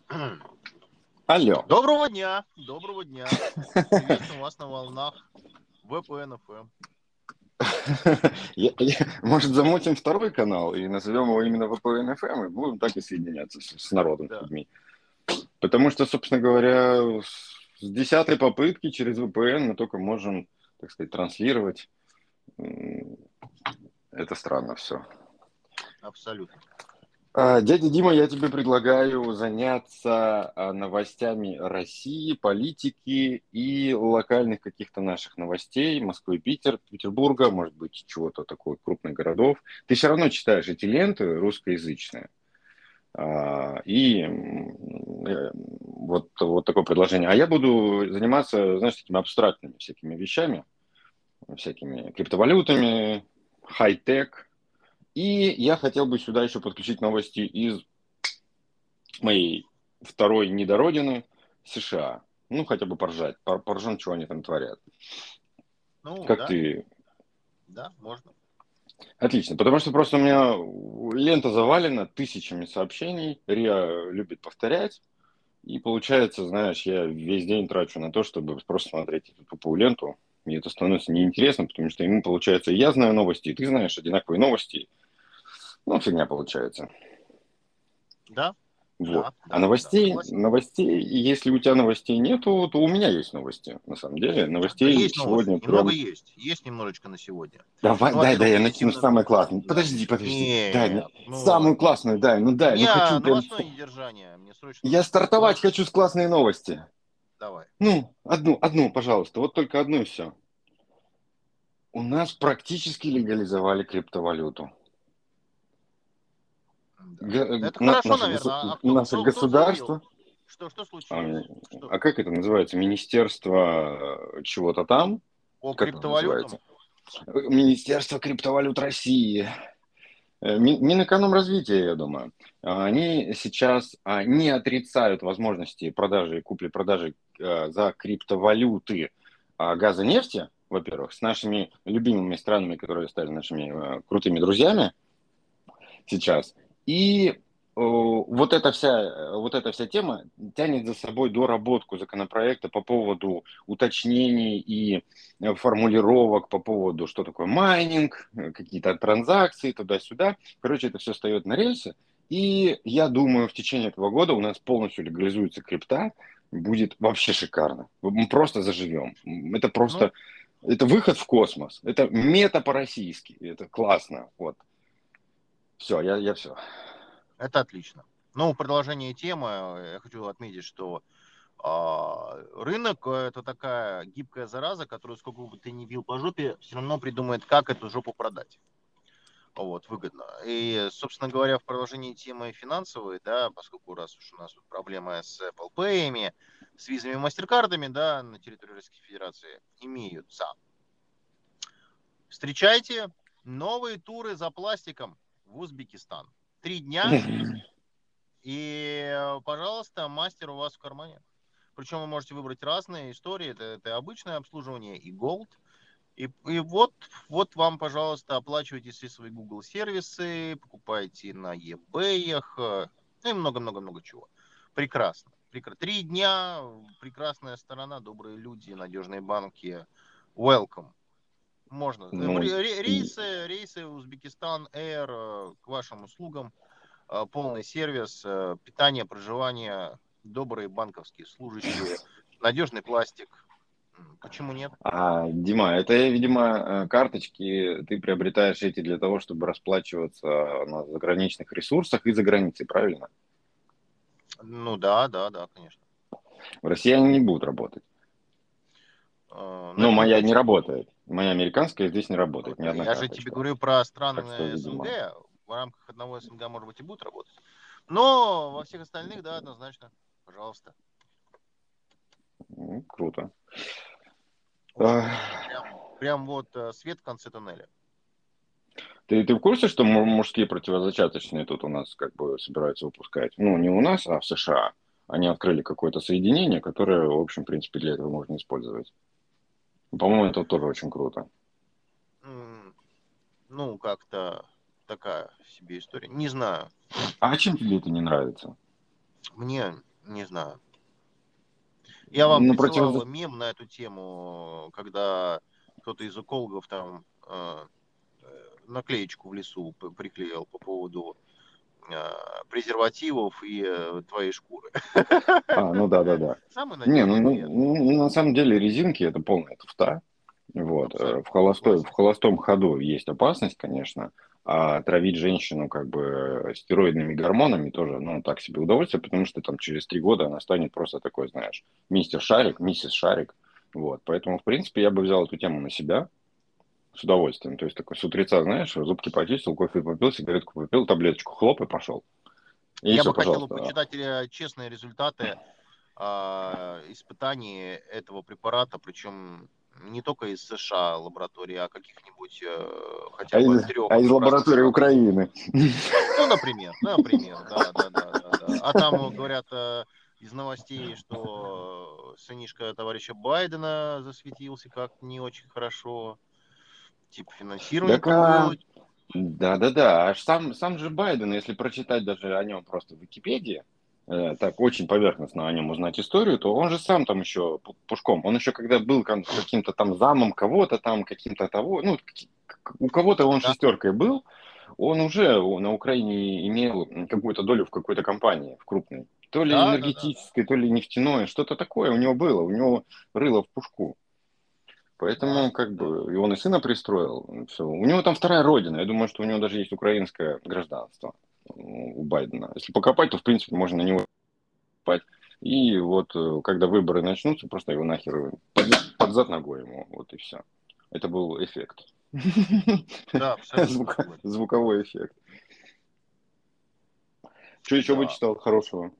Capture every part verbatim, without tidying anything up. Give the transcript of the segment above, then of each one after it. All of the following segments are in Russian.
Алло. Доброго дня, доброго дня. Приветствуем вас на волнах вэ пэ эн эф эм. Я- я- Может, замутим второй канал и назовем его именно вэ пэ эн эф эм, и будем так и соединяться с, с народом, с Да. людьми. Потому что, собственно говоря, с с десятой попытки через вэ пэ эн мы только можем, так сказать, транслировать. М, Это странно все. Абсолютно. Дядя Дима, я тебе предлагаю заняться а, новостями России, политики и локальных каких-то наших новостей. Москвы, Питер, Петербурга, может быть, чего-то такого, крупных городов. Ты все равно читаешь эти ленты русскоязычные. А, И м, э, вот, вот такое предложение. А я буду заниматься, знаешь, такими абстрактными всякими вещами, всякими криптовалютами, хай-тек. И я хотел бы сюда еще подключить новости из моей второй недородины США. Ну, хотя бы поржать, пор- поржем, что они там творят. Ну, Как да, ты? да, можно. Отлично, потому что просто у меня лента завалена тысячами сообщений, Риа любит повторять, и получается, знаешь, я весь день трачу на то, чтобы просто смотреть эту тупую ленту, и это становится неинтересно, потому что ему, получается, и я знаю новости, и ты знаешь одинаковые новости, ну, фигня получается. Да, Вот. да, А да, да, новостей, согласен. новостей, если у тебя новостей нету, то у меня есть новости, на самом деле. Да, Новостей есть новости, сегодня немного прям... есть, есть немножечко на сегодня. Давай, Ну, дай, дай, во-первых, я начну с позитивные самой новости. классной. Да. Подожди, подожди, дай мне Нет, ну, самую классную, дай, ну дай, ну не, хочу прям... новостное недержание, мне срочно Я нужно. стартовать Давай, хочу с классной новости. давай. Ну, одну, одну, пожалуйста, вот только одну и все. У нас практически легализовали криптовалюту. Да. Г- Это на- хорошо, наше, госу- наверное. А кто, наше кто, кто заявил? государство, Что, что а, случилось? Что? а как это называется, министерство э, чего-то там, По как оно называется? криптовалютам? Министерство криптовалют России, э, Ми- Минэкономразвития, я думаю, а, они сейчас а, не отрицают возможности продажи и купли-продажи э, за криптовалюты а, газа, нефти, во-первых, с нашими любимыми странами, которые стали нашими э, крутыми друзьями сейчас. И о, вот эта вся, вот эта вся тема тянет за собой доработку законопроекта по поводу уточнений и э, формулировок по поводу, что такое майнинг, э, какие-то транзакции туда-сюда. Короче, это все встает на рельсы. И я думаю, в течение этого года у нас полностью легализуется крипта, будет вообще шикарно. Мы просто заживем. Это Ну, просто, это выход в космос. Это мета по-российски. Это классно. Вот. Все, я, я все. это отлично. Ну, в продолжение темы э, я хочу отметить, что а, рынок э, это такая гибкая зараза, которую сколько бы ты ни бил по жопе, все равно придумает, как эту жопу продать. Вот, выгодно. И, собственно говоря, в продолжении темы финансовой, да, поскольку раз уж у нас тут проблемы с Apple Pay, с визами и мастеркардами, да, на территории Российской Федерации имеются. Встречайте новые туры за пластиком в Узбекистан. Три дня. И, пожалуйста, мастер у вас в кармане. Причем вы можете выбрать разные истории. Это, это обычное обслуживание и Gold. И, и вот, вот вам, пожалуйста, оплачивайте все свои Google сервисы, покупайте на eBay, э, ну и много-много-много чего. Прекрасно. Прекра- Три дня, прекрасная сторона, добрые люди, надежные банки. Welcome. Можно. Э, Ну, ре- и- Рейсы, рейсы Узбекистан Air э, к вашим услугам. Э, Полный сервис, э, питание, проживание, добрые банковские служащие, надежный пластик. М, Почему нет? а, Дима, это, видимо, э, карточки ты приобретаешь эти для того, чтобы расплачиваться на заграничных ресурсах и за границей, правильно? Ну да, да, да, конечно. В России они не будут работать. Э, Но Но это не моя не точно. работает. Моя американская здесь не Ну, работает, ни да, одна я же тебе карточка. говорю про Так что, страны видимо, эс эн гэ. В рамках одного эс эн гэ, может быть, и будут работать. Но во всех остальных, да, однозначно. Пожалуйста. м, круто. Очень Ах, круто. Прям, прям вот э, свет в конце тоннеля. Ты, ты в курсе, что му- мужские противозачаточные тут у нас как бы собираются выпускать? Ну, не у нас, а в США. Они открыли какое-то соединение, которое, в общем, в принципе, для этого можно использовать. По-моему, это тоже очень круто. М, Ну, как-то такая себе история. Не знаю. А чем тебе это не нравится? Мне Не знаю. Я вам Ну, присылал против... мем на эту тему, когда кто-то из экологов там э, наклеечку в лесу приклеил по поводу э, презервативов и э, твоей шкуры. А, ну да, да, да. Самый Не, ну, надежный ну, ответ. ну, на самом деле резинки это полная туфта. Вот. э, В Абсолютно холостой, в согласен. холостом ходу есть опасность, конечно, а травить женщину как бы стероидными гормонами тоже, ну, так себе удовольствие, потому что там через три года она станет просто такой, знаешь, мистер Шарик, миссис Шарик. Вот. Поэтому, в принципе, я бы взял эту тему на себя с удовольствием. То есть такой с утреца, знаешь, зубки почистил, кофе попил, сигаретку попил, таблеточку хлоп и пошел. И Я все, бы хотел пожалуйста. почитать э, честные результаты а, испытаний этого препарата, причем не только из США лаборатории, а каких-нибудь э, А хотя бы из, трех а из разных лаборатории стран. Украины. Ну, например, например, да, да, да, да, да. А там э, говорят э, из новостей, что сынишка товарища Байдена засветился как не очень хорошо, типа финансирование Так, а, подводит. да-да-да. Аж сам, сам же Байден, если прочитать даже о нем просто в Википедии, э, так очень поверхностно о нем узнать историю, то он же сам там еще пу- пушком, он еще когда был кон- каким-то там замом кого-то там, каким-то того, ну, к- у кого-то он Да, шестеркой был, он уже на Украине имел какую-то долю в какой-то компании, в крупной. То ли да, да, да, энергетической, то ли нефтяной, что-то такое у него было, у него рыло в пушку. да, Поэтому, как да. бы, и он и сына пристроил. Все. У него там вторая родина. Я думаю, что у него даже есть украинское гражданство у Байдена. Если покопать, то, в принципе, можно на него покопать. И вот, э, когда выборы начнутся, просто его нахер под, под зад ногой ему. Вот и все. Это был эффект. Да, абсолютно Звук- согласен. Звуковой эффект. Что еще Да. вычитал хорошего?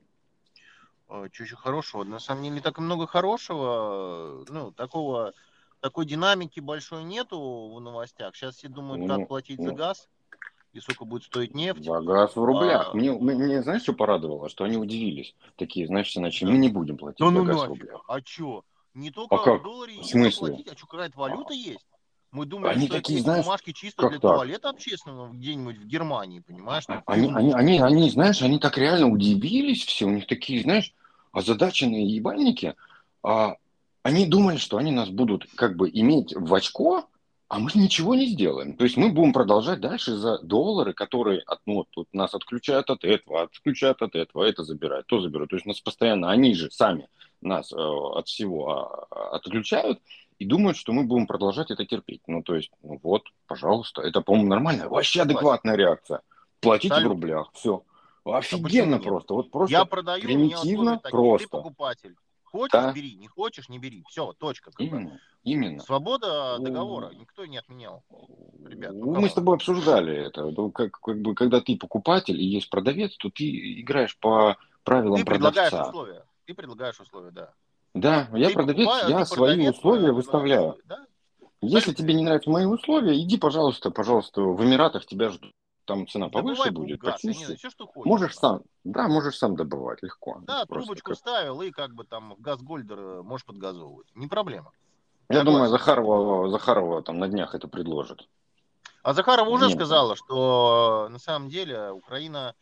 Что еще хорошего? На самом деле не так и много хорошего. Ну, такого, такой динамики большой нету в новостях. Сейчас все думают, как Ну, платить за ну, газ и сколько будет стоить нефть. за газ в рублях. А, Мне, мне, знаешь, что порадовало? Что они удивились. Такие, знаешь, все начали, мы да. не будем Да платить за ну газ в нафиг. рублях. А чё? Не А только в как? долларе и В евро смысле? платить, а что, какая-то А, валюта есть? Мы думали, Они что это такие, эти знаешь, бумажки чисто для как так? туалета общественного где-нибудь в Германии, понимаешь? А- Там Они, они, фирмовского. они, они, знаешь, они так реально удивились все. У них такие, знаешь, озадаченные ебальники. А, они думали, что они нас будут как бы иметь в очко, а мы ничего не сделаем. То есть мы будем продолжать дальше за доллары, которые от, ну, вот, тут нас отключают от этого, отключают от этого, это забирают, то забирают. То есть нас постоянно, они же сами нас э, от всего а, а, отключают и думают, что мы будем продолжать это терпеть. Ну, то есть, ну вот, пожалуйста, это, по-моему, нормальная, вообще Согласен. адекватная реакция. Платите в Абсолютно. рублях, все. А почему Офигенно нет? просто, вот Я просто продаю, у меня условия примитивно такие. Ты просто. покупатель. Хочешь, Да, бери. Не хочешь, не бери. Все, точка, как бы. именно, именно. Свобода У- договора. Никто не отменял. Ребят, ну Мы с камон. тобой обсуждали это. Ну, Как, как бы, когда ты покупатель и есть продавец, то ты играешь по правилам Ты предлагаешь продавца. условия. Ты предлагаешь условия, да. Да, я Ты продавец, покупаешь, а я ты свои продавец, условия предлагаешь выставляю. условия. Да, Если абсолютно тебе не верно. нравятся мои условия, иди, пожалуйста, пожалуйста, в Эмиратах тебя ждут. Там цена повыше Добывай будет, газ, я не знаю, почище. все, что хочешь Можешь там. сам, да, можешь сам добывать легко. Да, Просто трубочку как. вставил и как бы там в газгольдер э, можешь подгазовывать. Не проблема. Я думаю, Согласен. Захарова, Захарова там на днях это предложит. А Захарова уже Немцам. сказала, что э, на самом деле Украина,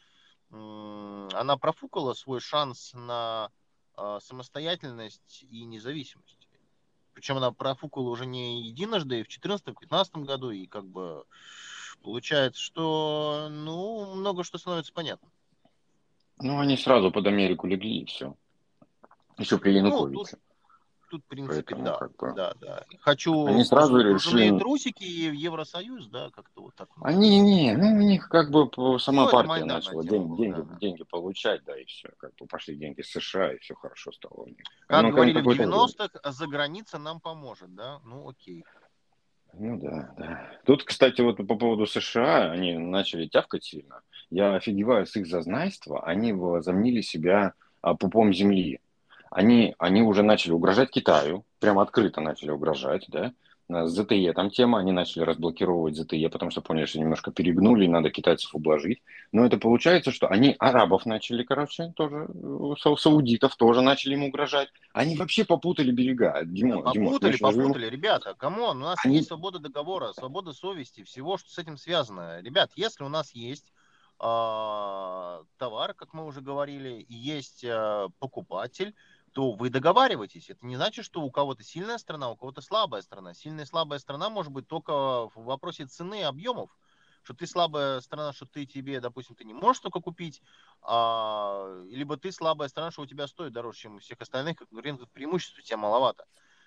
м, она профукала свой шанс на э, самостоятельность и независимость. Причем она профукала уже не единожды, и в две тысячи четырнадцатом-две тысячи пятнадцатом году, и как бы получается, что ну, много что становится понятно. Ну, они сразу под Америку легли и все. Еще при Ну, тут, Януковиче. тут, в принципе, Поэтому да. как бы Да, да. они Хочу сразу кружевные решили. трусики и в Евросоюз, да, как-то вот так вот. Они не, ну у них как бы по- сама Ну, это партия Майдан начала тема деньги, была, деньги, да. деньги получать, да, и все. Как бы пошли деньги с США, и все хорошо стало у них. Как Поэтому они говорили в какое-то время. девяностых, за граница нам поможет, да? Ну, окей. Ну да, да. Тут, кстати, вот по поводу США, они начали тявкать сильно. Я офигеваю с их зазнайства. Они возомнили себя а, пупом земли. Они, они уже начали угрожать Китаю, прямо открыто начали угрожать, да. На З Т Е там тема, они начали разблокировать З Т Е, потому что поняли, что немножко перегнули, и надо китайцев ублажить. Но это получается, что они арабов начали, короче, тоже, э, са- саудитов тоже начали им угрожать. Они вообще попутали берега. Да, Димон, Димон, мы попутали, сейчас живем... попутали. Ребята, камон, у нас есть Они... свобода договора, свобода совести, всего, что с этим связано. Ребят, если у нас есть э, товар, как мы уже говорили, и есть э, покупатель, то вы договариваетесь. Это не значит, что у кого-то сильная страна, у кого-то слабая страна. Сильная и слабая страна может быть только в вопросе цены и объемов. Что ты слабая страна, что ты тебе, допустим, ты не можешь столько купить, а, либо ты слабая страна, что у тебя стоит дороже, чем у всех остальных, как рынок преимуществ у тебя маловато.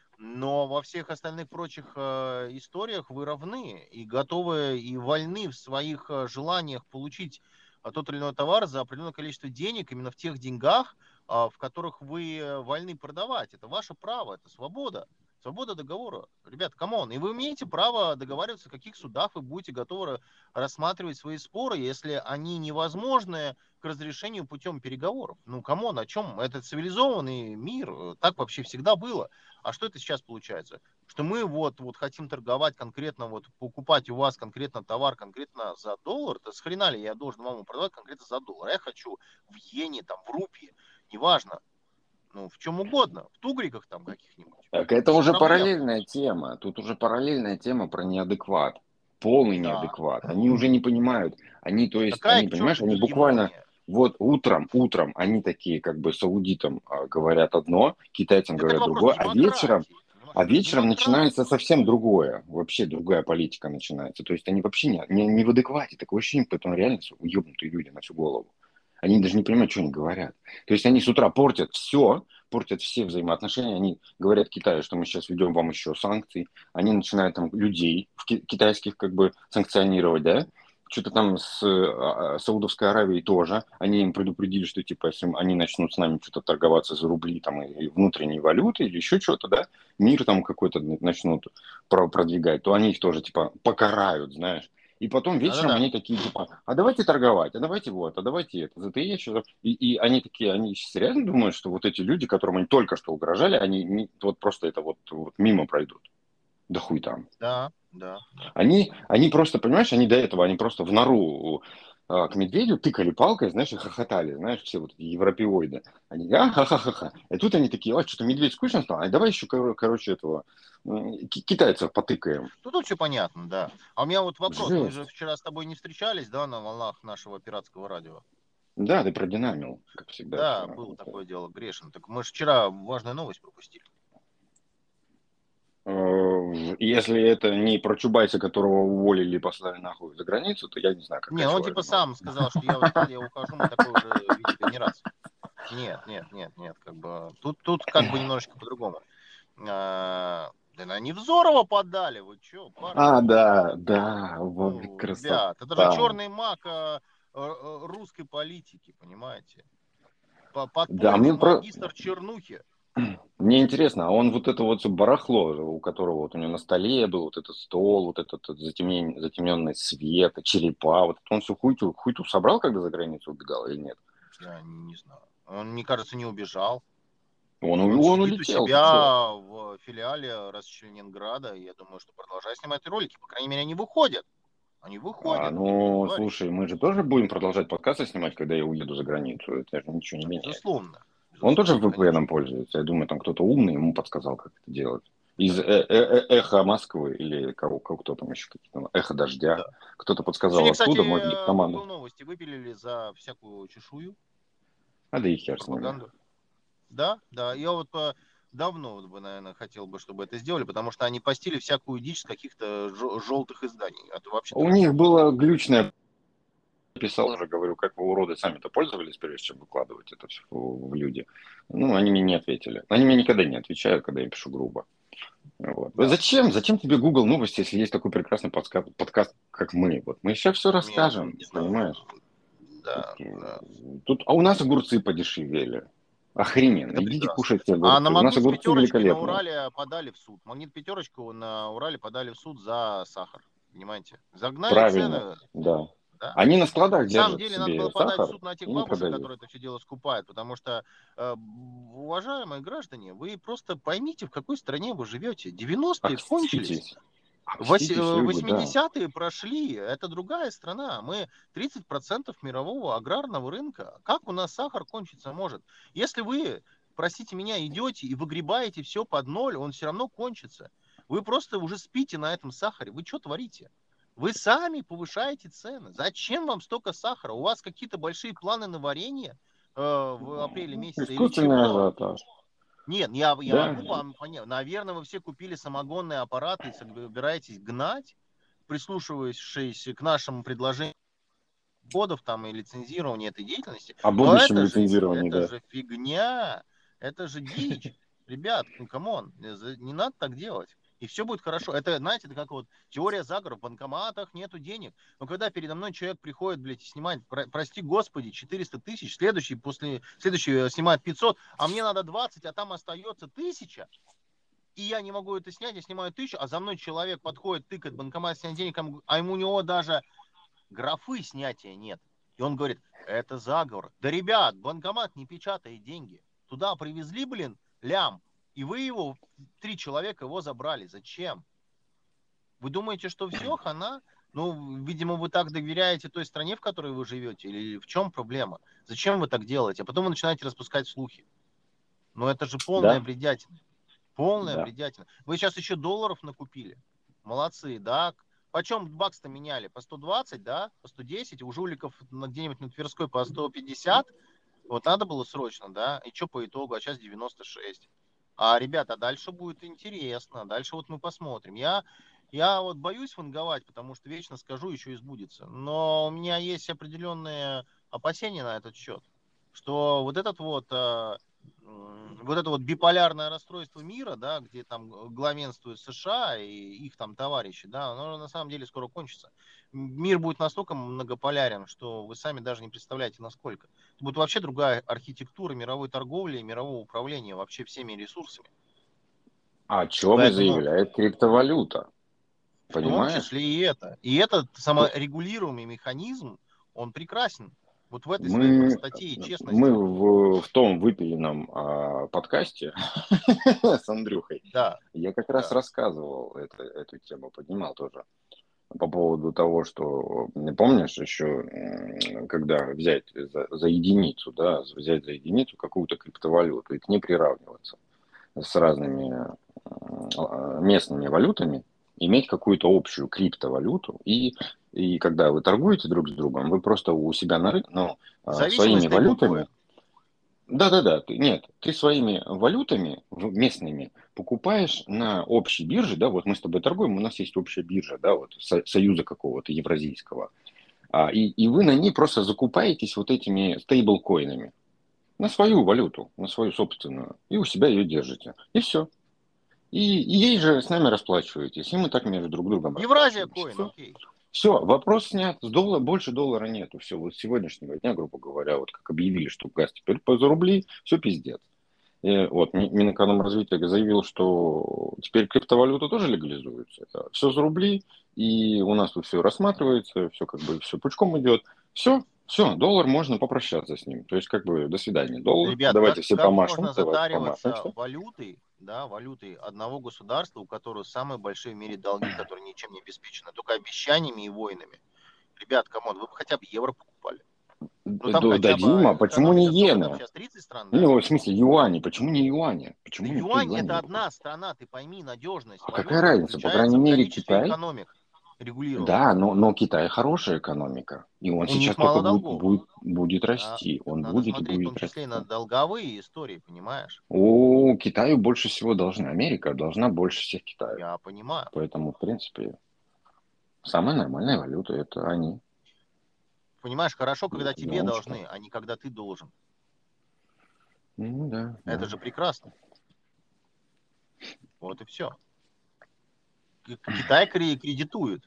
Но во всех остальных прочих э, историях вы равны и готовы и вольны в своих э, желаниях получить э, тот или иной товар за определенное количество денег, именно в тех деньгах, э, в которых вы э, вольны продавать. Это ваше право, это свобода. Свобода договора. Ребят, камон. И вы имеете право договариваться, в каких судах вы будете готовы рассматривать свои споры, если они невозможны к разрешению путем переговоров. Ну, камон, о чем? Это цивилизованный мир. Так вообще всегда было. А что это сейчас получается? Что мы вот, вот хотим торговать конкретно, вот покупать у вас конкретно товар конкретно за доллар, то с хрена ли я должен вам продавать конкретно за доллар? Я хочу в иене, там, в рупии, неважно, ну, в чем угодно, в тугриках там каких-нибудь. Так это В чем уже проблема? параллельная тема. Тут уже параллельная тема про неадекват. Полный Да. неадекват. Они уже не понимают. Они, то есть, Какая они, к черту понимаешь, они буквально гегемония? вот утром, утром они такие, как бы саудитам а, говорят одно, китайцам Это говорят вопрос другое, а вечером, демократии. Понимаешь? а Это же вечером начинается демократия. совсем другое. Вообще другая политика начинается. То есть они вообще не, не, не в адеквате. Такое ощущение, что это реально уебнутые люди на всю голову. Они даже не понимают, что они говорят. То есть они с утра портят все, портят все взаимоотношения. Они говорят Китаю, что мы сейчас ведем вам еще санкции. Они начинают там людей в ки- китайских как бы санкционировать, да. Что-то там с а, Саудовской Аравией тоже. Они им предупредили, что типа если они начнут с нами что-то торговаться за рубли там и внутренней валюты или еще что-то, да, мир там какой-то начнут про- продвигать, то они их тоже типа покарают, знаешь. И потом вечером Да-да-да. они такие, типа, а давайте торговать, а давайте вот, а давайте это. За ты еще. И, и они такие, они серьезно думают, что вот эти люди, которым они только что угрожали, они не- вот просто это вот, вот мимо пройдут. Да хуй там. Да, да, да. Они, они просто, понимаешь, они до этого, они просто в нору а, к медведю тыкали палкой, знаешь, и хохотали, знаешь, все вот эти европеоиды. Они, а, ха-ха-ха-ха. И тут они такие, а, что-то медведь скучно стал, а давай еще, кор- короче, этого, м, ки- китайцев потыкаем. Ну, тут все понятно, да. А у меня вот вопрос. Мы же Жесть. вчера с тобой не встречались, да, на волнах нашего пиратского радио? Да, ты продинамил, как всегда, Да, все. было такое дело, грешен. Так мы же вчера важную новость пропустили. Если это не про Чубайса, которого уволили и послали нахуй за границу, то я не знаю, какая Не, ну еще он типа важная сам новость. сказал, что я устал, я ухожу, мы такое уже видели не раз. Нет, нет, нет, нет, как бы тут, тут как бы немножечко по-другому. А, да на Невзорова подали, вы чё, парни? А, да, да, вот Ну, красота. ребят, это же черный маг а, а, а, русской политики, понимаете? По- Да, Подпольный мне про... магистр чернухи. Мне интересно, а он вот это вот всё барахло, у которого вот у него на столе был вот этот стол, вот этот вот затемнен... затемненный свет, черепа, вот это он всю хуйту, хуйту собрал, когда за границу убегал или нет? Я не знаю. Он, мне кажется, не убежал. Он, Он у- он сидит у улетел, ты чё? себя в филиале Расчленинграда. И я думаю, что продолжай снимать ролики. По крайней мере, они выходят. Они А, выходят, ну, товарищи. слушай, мы же тоже будем продолжать подкасты снимать, когда я уеду за границу, это же ничего не Ну, меняет. безусловно. Он тоже Безусловно, V P N конечно. пользуется. Я думаю, там кто-то умный ему подсказал, как это делать. Из э- Да, э- э- эхо Москвы или кого, кого кто там еще какие-то, эхо дождя. да. Кто-то подсказал Сегодня, кстати, оттуда, может быть, команда. Google новости выпилили за всякую чешую, А да и хер с ними. пропаганду. Да, да. Я вот по- давно вот бы, наверное, хотел бы, чтобы это сделали, потому что они постили всякую дичь с каких-то желтых изданий. А то вообще У трэш. них было глючное, писал уже, говорю, как вы уроды сами-то пользовались, прежде чем выкладывать это все в люди. Ну, они мне не ответили. Они мне никогда не отвечают, когда я пишу грубо. Вот. Да. Зачем? Зачем тебе Google новости, если есть такой прекрасный подкаст, подкаст как мы? Вот мы сейчас все Я расскажем, не знаю. понимаешь? Тут, Да, э, да. тут, а у нас огурцы подешевели. Охрененно. Это Идите прекрасно. кушайте А на огурцы. У нас Магнит огурцы пятерочки на великолепные. Урале подали в суд. Магнит пятерочку на Урале подали в суд за сахар. Понимаете? Загнали Правильно, цены. да. Да? Они на складах На самом держат деле надо было себе подать в сахар суд на тех и не бабушек, продают. которые это все дело скупают, потому что, э, уважаемые граждане, вы просто поймите, в какой стране вы живете. девяностые кончились. Окститесь. Вось- Окститесь, э, люди, да. восьмидесятые прошли, это другая страна. Мы тридцать процентов мирового аграрного рынка. Как у нас сахар кончиться может? Если вы, простите меня, идете и выгребаете все под ноль, он все равно кончится. Вы просто уже спите на этом сахаре. Вы что творите? Вы сами повышаете цены. Зачем вам столько сахара? У вас какие-то большие планы на варенье э, в апреле месяце или Искусственный чего? ажиотаж. Нет, я, я Да. могу вам понять. Наверное, вы все купили самогонные аппараты и собираетесь гнать, прислушиваясь к нашему предложению кодов там и лицензирования этой деятельности. О Но будущем это же, лицензировании, это да. же фигня, это же дичь. Ребят, ну камон, не надо так делать. И все будет хорошо. Это, знаете, это как вот теория заговора. В банкоматах нету денег. Но когда передо мной человек приходит, блядь, и снимает, про, прости господи, четыреста тысяч, следующий, после, следующий снимает пятьсот, а мне надо двадцать, а там остается тысяча, и я не могу это снять, я снимаю тысячу, а за мной человек подходит, тыкает банкомат, снять денег, а ему у него даже графы снятия нет. И он говорит, это заговор. Да, ребят, банкомат не печатает деньги. Туда привезли, блин, лям, и вы его, три человека его забрали. Зачем? Вы думаете, что все, хана? Ну, видимо, вы так доверяете той стране, в которой вы живете, или в чем проблема? Зачем вы так делаете? А потом вы начинаете распускать слухи. Ну, это же полная Да. бредятина. Полная Да. бредятина. Вы сейчас еще долларов накупили. Молодцы, да? Почем бакс-то меняли? По сто двадцать, да? По сто десять? У жуликов где-нибудь на Тверской по сто пятьдесят. Вот надо было срочно, да? И что по итогу? А сейчас девяносто шесть. А, ребята, дальше будет интересно. Дальше вот мы посмотрим. Я, я вот боюсь ванговать, потому что вечно скажу, еще и сбудется. Но у меня есть определенные опасения на этот счет. Что вот этот вот... вот это вот биполярное расстройство мира, да, где там главенствуют США и их там товарищи, да, оно на самом деле скоро кончится. Мир будет настолько многополярен, что вы сами даже не представляете, насколько. Это будет вообще другая архитектура мировой торговли и мирового управления вообще всеми ресурсами. О чем и Поэтому заявляет криптовалюта. в том Понимаешь? числе и это. И этот саморегулируемый механизм, он прекрасен. Вот в этой своей Мы, простоте и честности. мы в, в том выпиленном а, подкасте с Андрюхой, Да, я как раз да. рассказывал это, эту тему, поднимал тоже. По поводу того, что, не помнишь еще, м, когда взять за, за единицу, да, взять за единицу какую-то криптовалюту и к ней приравниваться с разными м, местными валютами, иметь какую-то общую криптовалюту, и, и когда вы торгуете друг с другом, вы просто у себя на рынке, ну, а, Зависимый своими стейблкоин. валютами, да-да-да, ты, нет, ты своими валютами в- местными покупаешь на общей бирже, да, вот мы с тобой торгуем, у нас есть общая биржа, да, вот со- союза какого-то евразийского, а, и, и вы на ней просто закупаетесь вот этими стейблкоинами на свою валюту, на свою собственную, и у себя ее держите, и все. И, и ей же с нами расплачиваетесь, и мы так между друг другом Евразия расплачиваемся. коин, Все. окей. Все, вопрос снят. С доллара, больше доллара нету. Все, вот с сегодняшнего дня, грубо говоря, вот как объявили, что газ теперь по за рубли, все пиздец. И вот Ми- Минэкономразвития заявил, что теперь криптовалюта тоже легализуется. Все за рубли, и у нас тут все рассматривается, все как бы все пучком идет. Все, все, доллар можно попрощаться с ним. То есть как бы до свидания, доллар. Ребят, как, Давайте все как помашем, можно давайте затариваться помашемся. валютой, да, валютой одного государства, у которого самые большие в мире долги, которые ничем не обеспечены, только обещаниями и войнами. Ребят, камон, вы бы хотя бы евро покупали. Ну там Да, да, хотя Дима, бы почему не экономика сколько там иена? сейчас, тридцать стран, да? Ну, в смысле, юани. Почему не юани? Да Почему никто юань юани это не покупает? одна страна, ты пойми, надежность. А какая Валюта разница? По крайней заключается в мере, количестве Китай. экономик регулируемых. Да, но, но Китай хорошая экономика. И он У сейчас них только мало будет, долгов. будет, будет Да, расти. так Он надо будет и смотреть в том будет числе и расти. на долговые истории, понимаешь? О, Китаю больше всего должна. Америка должна больше всех Китаю. Я понимаю. Поэтому, в принципе, самая нормальная валюта это они. Понимаешь, хорошо, когда тебе Юанечка. должны, а не когда ты должен. Ну да, Это да. же прекрасно. Вот и все. Китай кредитует,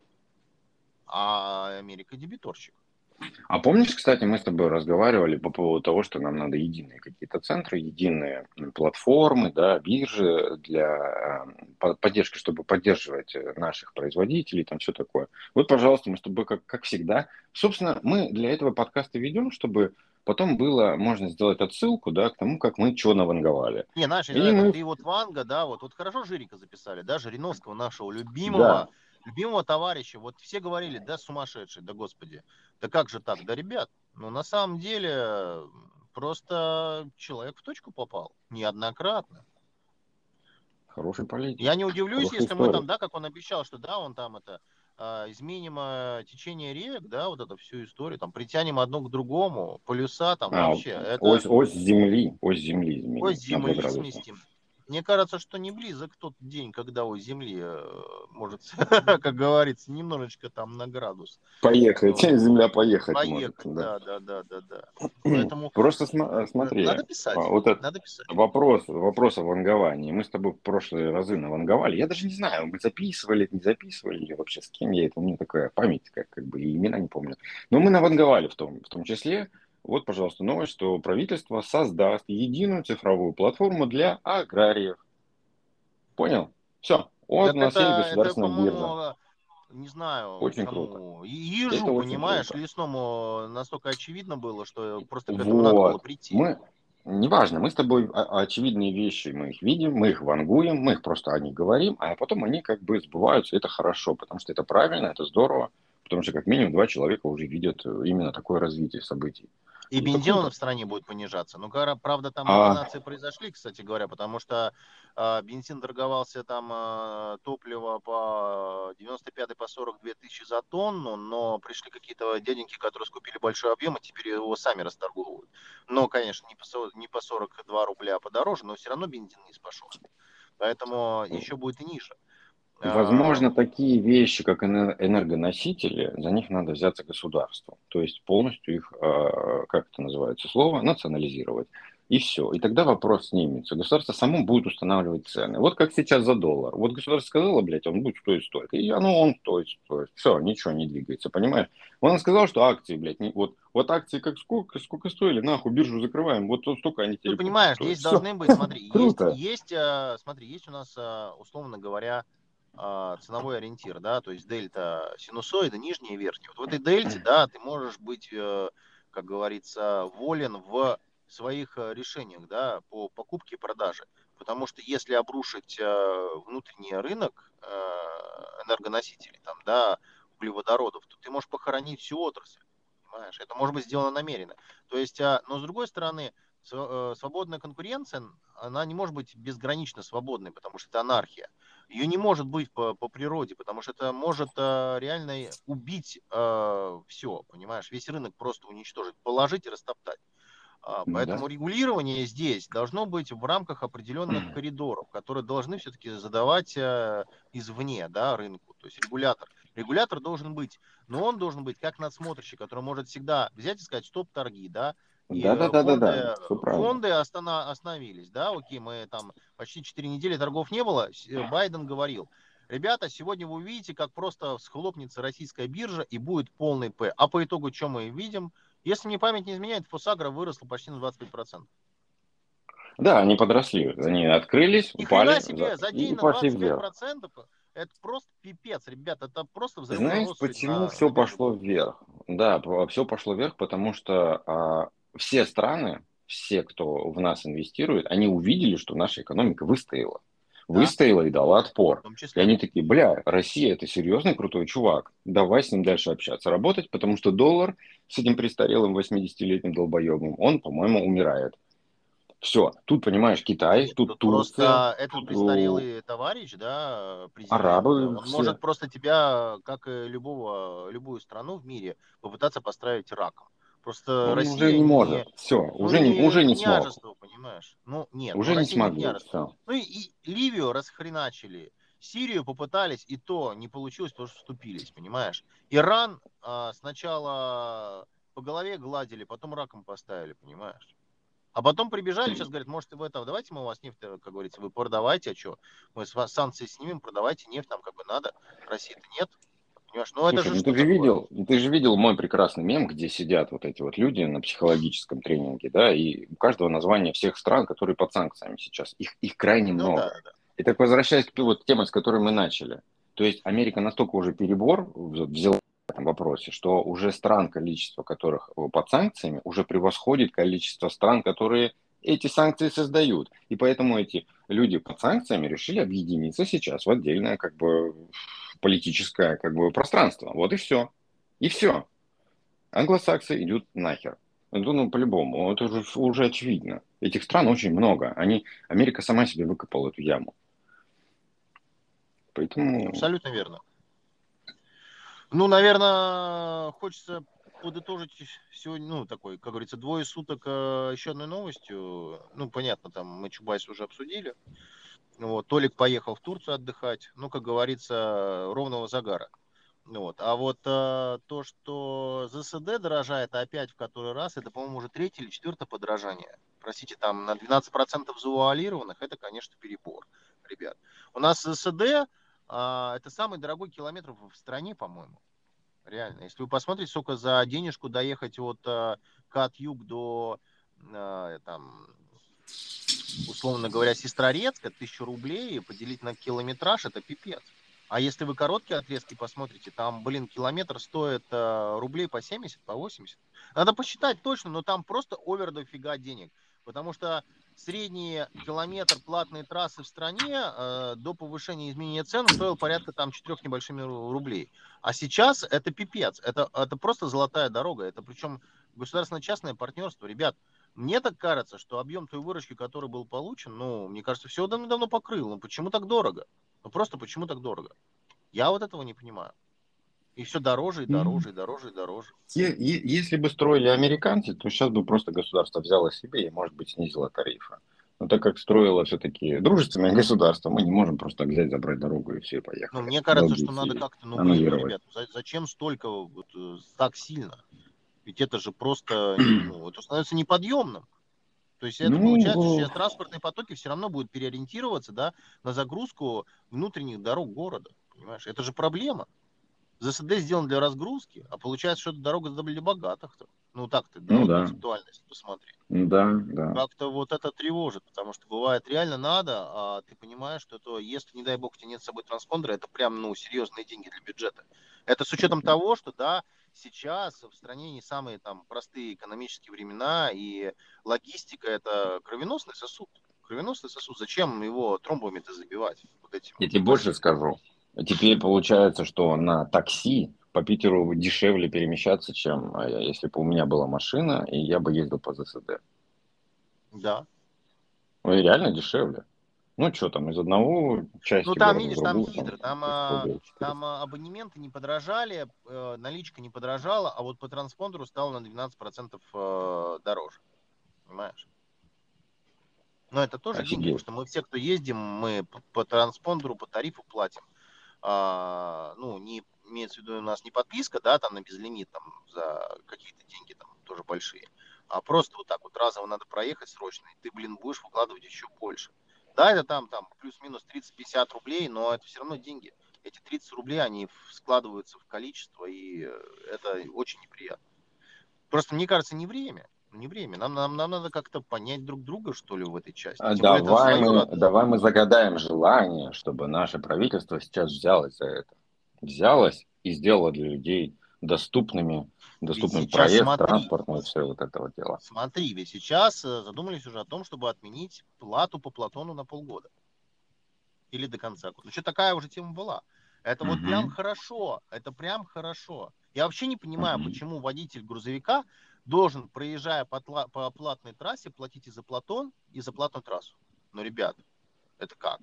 а Америка дебиторщик. А помнишь, кстати, мы с тобой разговаривали по поводу того, что нам надо единые какие-то центры, единые платформы, да, биржи для э, поддержки, чтобы поддерживать э, наших производителей, там все такое. Вот, пожалуйста, мы с тобой, как, как всегда, собственно, мы для этого подкаста ведем, чтобы потом было можно сделать отсылку, да, к тому, как мы что наванговали. Не, знаешь, И это, мы, ты вот Ванга, да, вот, вот хорошо Жирика записали, да, Жириновского, нашего любимого, да, любимого товарища. Вот все говорили, да, сумасшедший, да господи, да как же так, да, ребят, ну на самом деле просто человек в точку попал неоднократно. хороший политик, Я не удивлюсь, хорошая если мы история. там, да, как он обещал, что да, он там это а, изменим а, течение рек, да, вот эту всю историю, там, притянем одно к другому, полюса, там, А, вообще, это ось, ось Земли, ось Земли ось изменим на два Земли градуса. сместим. Мне кажется, что не близок тот день, когда ось Земли э, может, как говорится, немножечко там на градус Поехать, э, Земля поехать может, поехать, да. да, да, да, да, да. Поэтому Просто см- э, э, смотри, надо а, писать, вот этот надо писать. вопрос, вопрос о ванговании. Мы с тобой в прошлые разы наванговали. Я даже не знаю, мы записывали, не записывали, или вообще с кем я это. У меня такая память, как, как бы и имена не помню. Но мы наванговали в том, в том числе. Вот, пожалуйста, новость, что правительство создаст единую цифровую платформу для аграриев. Понял? Все. Вот у Так нас есть это, это, государственная биржа. по-моему, не знаю, Очень круто. кому. И Это Ежу, очень понимаешь, круто. лесному настолько очевидно было, что просто к этому надо было Вот. прийти. Мы, неважно, мы с тобой о- очевидные вещи, мы их видим, мы их вангуем, мы их просто о них говорим, а потом они как бы сбываются, это хорошо, потому что это правильно, это здорово, потому что как минимум два человека уже видят э, именно такое развитие событий. И И это бензин он круто. в стране будет понижаться. Ну, гора- правда, там А, махинации произошли, кстати говоря, потому что а, бензин торговался там а, топливо по девяносто пять по сорок две тысячи за тонну, но пришли какие-то дяденьки, которые скупили большой объем, и теперь его сами расторговывают. Но, конечно, не по, со- не по сорок два рубля подороже, но все равно бензин не пошел. Поэтому еще будет и ниже. А, Возможно, такие вещи, как эне- энергоносители, за них надо взяться государству. То есть полностью их, а, как это называется слово, национализировать. И все. И тогда вопрос снимется. Государство само будет устанавливать цены. Вот как сейчас за доллар. Вот государство сказало, блядь, он будет стоить столько. И оно он стоит, стоит. Все, ничего не двигается, понимаешь? Он сказал, что акции, блядь, не, вот, вот акции как сколько, сколько стоили, нахуй, биржу закрываем, вот столько они Тут, теперь будут понимаешь, стоить. здесь Все. должны быть, смотри, есть, Круто. есть, э, смотри, есть у нас, э, условно говоря, э, ценовой ориентир, да, то есть дельта синусоида, нижняя и верхняя. Вот в этой дельте, да, ты можешь быть, э, как говорится, волен в своих э, решениях, да, по покупке и продаже. Потому что если обрушить э, внутренний рынок э, энергоносителей, там, да, углеводородов, то ты можешь похоронить всю отрасль, понимаешь? Это может быть сделано намеренно. То есть, а, но с другой стороны, св- э, свободная конкуренция, она не может быть безгранично свободной, потому что это анархия. Ее не может быть по, по природе, потому что это может э, реально убить э, все, понимаешь, весь рынок просто уничтожить, положить и растоптать. А, Ну да. Поэтому регулирование здесь должно быть в рамках определенных коридоров, которые должны все-таки задавать э, извне, да, рынку, то есть регулятор. Регулятор должен быть, но он должен быть как надсмотрщик, который может всегда взять и сказать стоп торги, да, и э, Да-да-да-да-да. фонды, Все правильно. фонды остана- остановились, да, окей, мы там почти четыре недели торгов не было, С- э, Байден говорил, ребята, сегодня вы увидите, как просто схлопнется российская биржа и будет полный П. А по итогу, что мы видим? Если мне память не изменяет, Фосагра выросла почти на двадцать пять процентов. Да, они подросли, они открылись, Ни хрена упали за- себе, за и, день и на пошли двадцать пять вверх. процентов это просто пипец, ребят, это просто взрывной Знаешь, рост сегодня почему на, все на бирже пошло был. вверх? Да, все пошло вверх, потому что а, все страны, все, кто в нас инвестирует, они увидели, что наша экономика выстояла. Да, Выстояла и дала в отпор. том И числе. они такие, бля, Россия это серьезный крутой чувак. Давай с ним дальше общаться, работать, потому что доллар с этим престарелым восьмидесятилетним долбоебом, он, по-моему, умирает. Все, тут, понимаешь, Китай, Нет, тут тут Турция, просто этот тут у, престарелый товарищ, да, президент, арабы он может все. просто тебя, как и любого, любую страну в мире, попытаться поставить раком. Просто Он уже Россия не может. не, Все, ну, уже не, не уже не смог. княжество, понимаешь? Ну, нет, ну, Уже не Россия не смогли. княжество. Все. Ну, и, и Ливию расхреначили. Сирию попытались, и то не получилось, потому что вступились, понимаешь? Иран а, сначала по голове гладили, потом раком поставили, понимаешь? А потом прибежали, сейчас говорят, может, вы это, давайте мы у вас нефть, как говорится, вы продавайте, а что? Мы с вас санкции снимем, продавайте нефть нам как бы надо. России-то нет. Понимаешь? Ну это Слушай, же ну что ты же такое? видел, ну ты же видел мой прекрасный мем, где сидят вот эти вот люди на психологическом тренинге, да, и у каждого название всех стран, которые под санкциями сейчас. Их, их крайне Ну да, много. да, да. И так возвращаясь к той вот теме, с которой мы начали. То есть Америка настолько уже перебор взяла в этом вопросе, что уже стран, количество которых под санкциями, уже превосходит количество стран, которые эти санкции создают. И поэтому эти люди под санкциями решили объединиться сейчас в отдельное как бы политическое как бы пространство. Вот и все. И все. Англосаксы идут нахер. Ну, ну, по-любому, это уже, уже очевидно. Этих стран очень много. Они, Америка сама себе выкопала эту яму. Поэтому Абсолютно верно. Ну, наверное, хочется подытожить сегодня, ну, такой, как говорится, двое суток э, еще одной новостью. Ну, понятно, там мы Чубайс уже обсудили. Вот, Толик поехал в Турцию отдыхать. Ну, как говорится, ровного загара. Ну вот. А вот э, то, что ЗСД дорожает опять в который раз, это, по-моему, уже третье или четвертое подорожание. Простите, там на двенадцать процентов завуалированных, это, конечно, перебор, ребят. У нас ЗСД э, это самый дорогой километр в стране, по-моему. Реально. Если вы посмотрите, сколько за денежку доехать от э, Кат-Юг до, э, там, условно говоря, Сестрорецка, тысячу рублей поделить на километраж, это пипец. А если вы короткие отрезки посмотрите, там, блин, километр стоит э, рублей по семьдесят, по восемьдесят. Надо посчитать точно, но там просто овер дофига денег. Потому что средний километр платной трассы в стране э, до повышения изменения цен стоил порядка там четырех небольшими рублей. А сейчас это пипец. Это, это просто золотая дорога. Это причем государственно-частное партнерство. Ребят, мне так кажется, что объем той выручки, который был получен, ну, мне кажется, все давно-давно покрыл. Ну, почему так дорого? Ну, просто почему так дорого? Я вот этого не понимаю. И все дороже, и дороже, и дороже, и дороже. Е- е- Если бы строили американцы, то сейчас бы просто государство взяло себе и, может быть, снизило тарифы. Но так как строило все-таки дружественное государство, мы не можем просто взять, забрать дорогу и все, и Но поехали. мне кажется, что Долбить надо и как-то, ну, блин, ну, аннулировать. ребят, за- зачем столько вот, э, так сильно? Ведь это же просто, ну, это становится неподъемным. То есть это получается, что Ну, сейчас транспортные потоки все равно будут переориентироваться, да, на загрузку внутренних дорог города. Понимаешь? Это же проблема. ЗСД сделан для разгрузки, а получается, что это дорога для богатых. Ну так-то, да, ну вот да, концептуально, если посмотреть. да, да. Как-то вот это тревожит, потому что бывает реально надо, а ты понимаешь, что это, если, не дай бог, у тебя нет с собой транспондера, это прям, ну, серьезные деньги для бюджета. Это с учетом того, что, да, сейчас в стране не самые там простые экономические времена, и логистика это кровеносный сосуд. Кровеносный сосуд. Зачем его тромбами-то забивать вот этим Я тебе больше массивом? скажу. Теперь получается, что на такси по Питеру дешевле перемещаться, чем а, если бы у меня была машина, и я бы ездил по ЗСД. Да. Ну и реально дешевле. Ну что там, из одного Ну, части там, города в видишь, там другую, там, хитро, там, а, условия там четыреста. а, абонементы не подорожали, э, наличка не подорожала, а вот по транспондеру стало на двенадцать процентов э, дороже, понимаешь? Но это тоже деньги, потому Офигеть. что мы все, кто ездим, мы по, по транспондеру, по тарифу платим. А, ну, не имеется в виду у нас не подписка, да, там на безлимит, там за какие-то деньги там тоже большие, а просто вот так вот разово надо проехать срочно, и ты, блин, будешь выкладывать еще больше. Да, это там, там плюс-минус тридцать-пятьдесят рублей, но это все равно деньги. Эти тридцать рублей, они складываются в количество, и э, это очень неприятно. Просто, мне кажется, не время. Не время. Нам, нам, нам надо как-то понять друг друга, что ли, в этой части. А Тем более, это Давай свое мы, родное. давай мы загадаем желание, чтобы наше правительство сейчас взялось за это. Взялось и сделало для людей доступными, Ведь доступным сейчас проезд, смотри, транспортный, все вот этого дела. смотри, ведь сейчас э, задумались уже о том, чтобы отменить плату по Платону на полгода. Или до конца года. Ну, что такая уже тема была. Это вот прям Мгм. хорошо. Это прям хорошо. Я вообще не понимаю, Мгм. почему водитель грузовика должен, проезжая по, тла- по платной трассе, платить и за Платон, и за платную трассу. Ну, ребят, это как?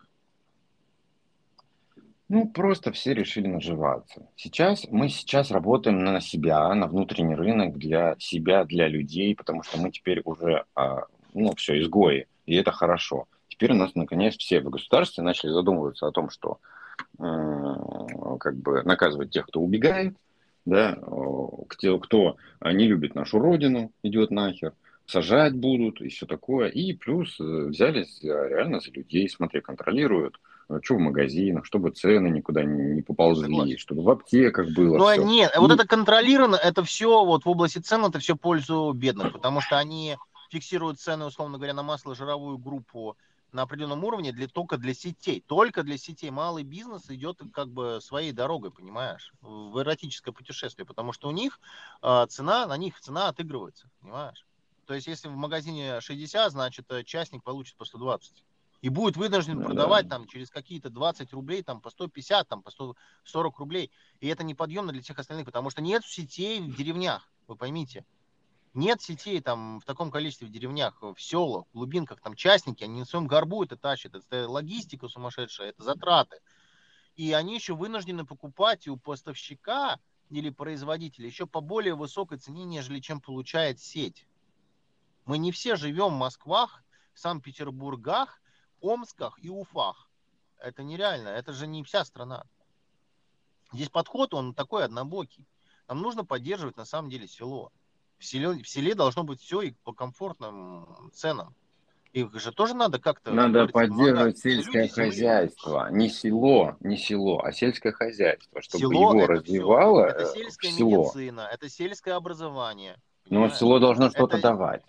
Ну, просто все решили наживаться. Сейчас мы сейчас работаем на себя, на внутренний рынок для себя, для людей, потому что мы теперь уже, а, ну, все, изгои, и это хорошо. Теперь у нас, наконец, все в государстве начали задумываться о том, что м, как бы наказывать тех, кто убегает, да, о, кто, кто а, не любит нашу родину, идет нахер, сажать будут и все такое. И плюс э, взялись э, реально за людей, смотри, контролируют, э, что в магазинах, чтобы цены никуда не, не Я поползли, согласен. чтобы в аптеках было Ну, а все. нет, вот И это контролировано, это все вот в области цен, это все в пользу бедных, потому что они фиксируют цены, условно говоря, на масло-жировую группу на определенном уровне для, только для сетей. Только для сетей. Малый бизнес идет как бы своей дорогой, понимаешь, в эротическое путешествие, потому что у них э, цена, на них цена отыгрывается, понимаешь. То есть, если в магазине шестьдесят, значит, э, частник получит по сто двадцать. И будет вынужден ну да. продавать там через какие-то двадцать рублей, там по сто пятьдесят, там по сто сорок рублей. И это неподъемно для всех остальных, потому что нет сетей в деревнях, вы поймите. Нет сетей там в таком количестве в деревнях, в селах, в глубинках, там частники, они на своем горбу это тащат, это логистика сумасшедшая, это затраты. И они еще вынуждены покупать и у поставщика или производитель еще по более высокой цене, нежели чем получает сеть. Мы не все живем в Москвах, Санкт-Петербургах, Омсках и Уфах. Это нереально, это же не вся страна. Здесь подход, он такой однобокий. Нам нужно поддерживать на самом деле село. В селе, в селе должно быть все и по комфортным ценам. Их же тоже надо как-то, как Надо говорится, помогать. поддерживать Это люди сельское земли. хозяйство, не село, не село, а сельское хозяйство, чтобы Село его это все. развивало Это э, в сельская село. медицина, это сельское образование. Но Понимаешь? село должно что-то Это, давать.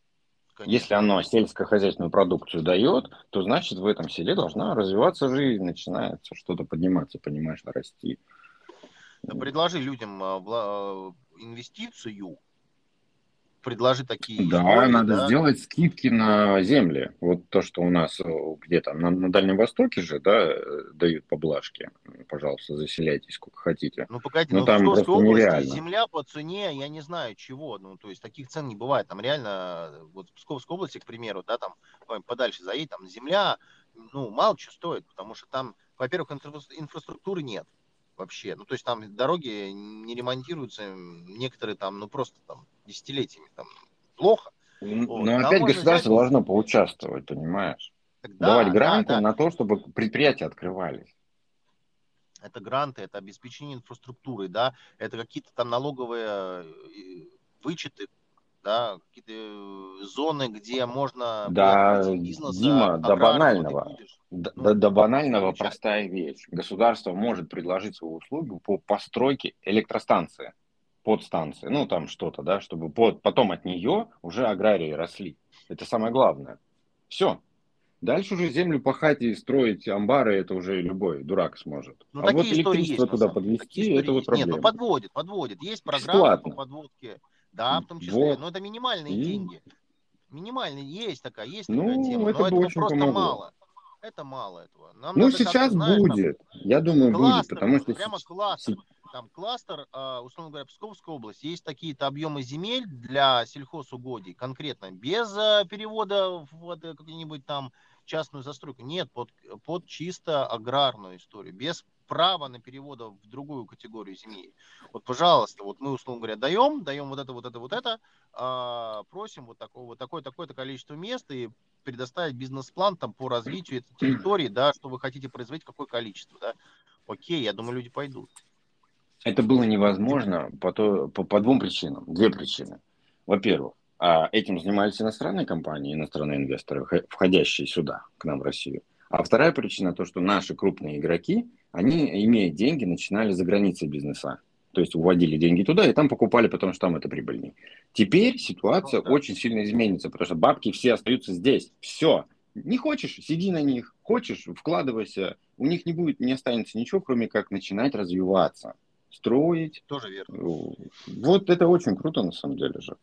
Если конечно. оно сельскохозяйственную продукцию дает, то значит в этом селе должна развиваться жизнь, начинается что-то подниматься, понимаешь, расти. Предложи людям а, вла- а, инвестицию, предложи такие Да, истории, надо да. сделать скидки на земли. Вот то, что у нас э, где-то на, на Дальнем Востоке же, да, э, дают поблажки. Пожалуйста, заселяйтесь сколько хотите. Ну, погоди, Но ну в там Псковской просто области нереально. земля по цене, я не знаю чего, ну, то есть таких цен не бывает. Там реально, э, вот в Псковской области, к примеру, да, там ой, подальше заедь, там земля, ну, мало что стоит, потому что там, во-первых, инфра- инфраструктуры нет вообще. Ну, то есть там дороги не ремонтируются, м, некоторые там, ну, просто там десятилетиями там плохо. Н- Вот. Но Там опять можно взять, государство должно поучаствовать, понимаешь? так Давать да, да, гранты да, на то, чтобы предприятия открывались. это гранты, это обеспечение инфраструктуры, да, это какие-то там налоговые э, вычеты, да, какие-то э, зоны, где можно при Да, открытии бизнеса Дима, до аграрного ты банального. будешь, До, до- ну, до банального получать. простая вещь. Государство может предложить свою услугу по постройке электростанции, подстанции, ну там что-то, да, чтобы под, потом от нее уже аграрии росли. Это самое главное. Все. Дальше уже землю пахать и строить амбары, это уже любой дурак сможет. Ну, А вот такие истории электричество есть на туда самом деле, такие подвести, истории это вот есть. Нет, ну проблема. подводит, подводит. Есть программы по Бесплатно. подводке, да, в том числе, Вот. но это минимальные И, деньги. Минимальные, есть такая, есть такая ну, тема, это но бы этого очень просто помогло. мало. Это мало этого. Нам Ну, надо как-то, сейчас знаешь, там, будет. Я думаю, будет, кластер, потому что прямо сеч- кластер. се- Там кластер, а, условно говоря, Псковская область, есть такие-то объемы земель для сельхозугодий конкретно, без а, перевода в вот, э, какую-нибудь там частную застройку. Нет, под, под чисто аграрную историю, без права на перевода в другую категорию земель. Вот, пожалуйста, вот мы, условно говоря, даем, даем вот это, вот это, вот это, а, просим вот такого, вот такое, такое-то количество мест и предоставить бизнес-план там по развитию этой территории, да, что вы хотите производить, какое количество, да. Окей, я думаю, люди пойдут. это было невозможно по, то- по, по двум причинам. Две причины. Во-первых, а, этим занимались иностранные компании, иностранные инвесторы, вх- входящие сюда, к нам в Россию. А вторая причина то, что наши крупные игроки, они, имея деньги, начинали за границей бизнеса. То есть уводили деньги туда и там покупали, потому что там это прибыльнее. Теперь Ну ситуация да. очень сильно изменится, потому что бабки все остаются здесь. Все. Не хочешь, сиди на них. Хочешь, вкладывайся. У них не будет, не останется ничего, кроме как начинать развиваться, строить. Тоже верно. Вот это очень круто на самом деле же.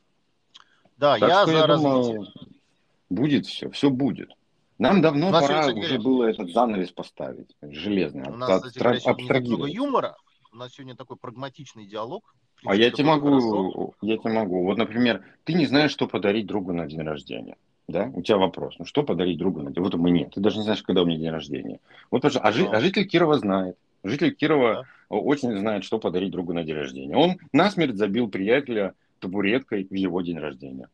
Да, Так я что я за развитие. думаю, будет все, все будет. Нам У давно нас сегодня, пора кстати уже говоря, было этот занавес поставить, железный, у аб- нас, кстати говоря, сегодня не так много абстрагировать. юмора. У нас сегодня такой прагматичный диалог. В А принципе, я это тебе тоже хорошо. могу, я тебе могу. Вот, например, ты не знаешь, что подарить другу на день рождения. Да? У тебя вопрос, ну что подарить другу на день? Вот у меня нет. Ты даже не знаешь, когда у меня день рождения. Вот, пожалуйста, а, жи- а Ну, житель Кирова знает. Житель Кирова да. очень знает, что подарить другу на день рождения. Он насмерть забил приятеля табуреткой в его день рождения.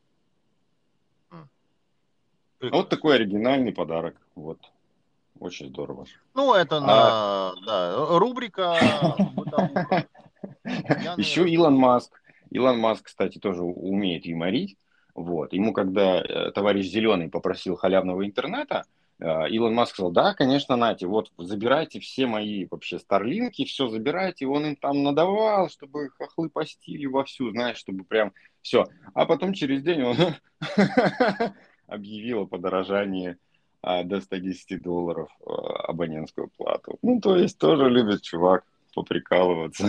М, Вот прекрасно. такой оригинальный подарок. Вот. Очень здорово. Ну, это А на, да, рубрика бытовуха. Пьяные еще Илон раздумья. Маск. Илон Маск, кстати, тоже умеет юморить. Вот. Ему, когда э, товарищ Зеленый попросил халявного интернета, э, Илон Маск сказал, да, конечно, нате, вот забирайте все мои вообще старлинки, все забирайте. Он им там надавал, чтобы хохлы постили вовсю, знаешь, чтобы прям все. А потом через день он объявил о подорожании а, до ста десяти долларов э, абонентскую плату. Ну, то есть тоже любит Прекрасно. чувак поприкалываться.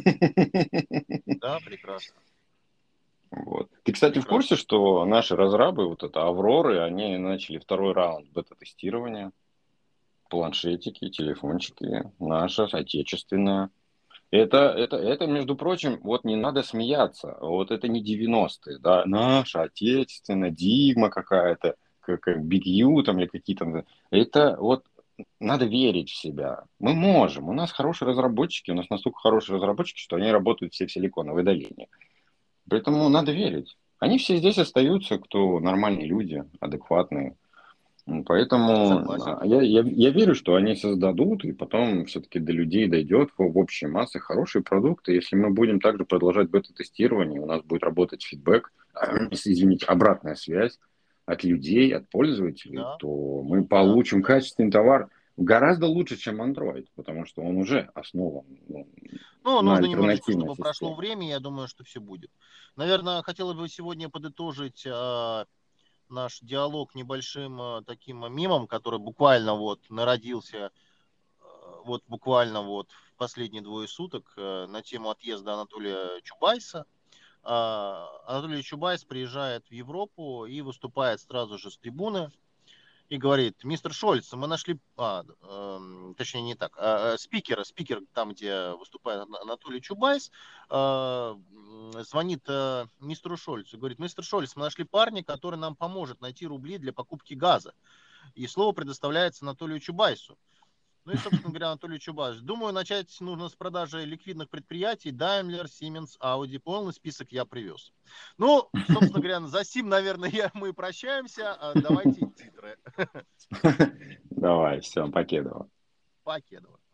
Да, прекрасно. Вот. Ты, кстати, в курсе, Прекрасно. что наши разрабы, вот это Авроры, они начали второй раунд бета-тестирования, планшетики, телефончики, наши, отечественные. Это, это, это, между прочим, вот не надо смеяться, вот это не девяностые, да, наша, отечественная, Дигма какая-то, как, как Big U там или какие-то, это вот надо верить в себя. Мы можем. У нас хорошие разработчики, у нас настолько хорошие разработчики, что они работают все в Силиконовой долине. Поэтому надо верить. Они все здесь остаются, кто нормальные люди, адекватные. М, Поэтому Согласен. а, я, я, я верю, что они создадут, и потом все-таки до людей дойдет в, в общей массе хорошие продукты. Если мы будем также продолжать бета-тестирование, у нас будет работать фидбэк, извините, обратная связь от людей, от пользователей, Да, то мы да, получим да. качественный товар гораздо лучше, чем Android, потому что он уже основан, ну, Ну, на нужно немножечко, альтернативной чтобы прошло системе. время, я думаю, что все будет. Наверное, хотелось бы сегодня подытожить а, наш диалог небольшим а, таким а, мемом, который буквально вот народился, а, вот буквально вот в последние двое суток а, на тему отъезда Анатолия Чубайса. А, Анатолий Чубайс приезжает в Европу и выступает сразу же с трибуны и говорит: мистер Шольц, мы нашли, а, эм, точнее не так, а, э, спикера, спикер там, где выступает Ана- Анатолий Чубайс, а, м, звонит э, мистеру Шольцу и говорит: мистер Шольц, мы нашли парня, который нам поможет найти рубли для покупки газа. И слово предоставляется Анатолию Чубайсу. Ну и, собственно говоря, Анатолий Чубайс: думаю, начать нужно с продажи ликвидных предприятий Daimler, Siemens, Audi. Полный список я привез. Ну, собственно говоря, за сим, наверное, я, мы прощаемся. А давайте титры. Давай, все, покедова. Покедова.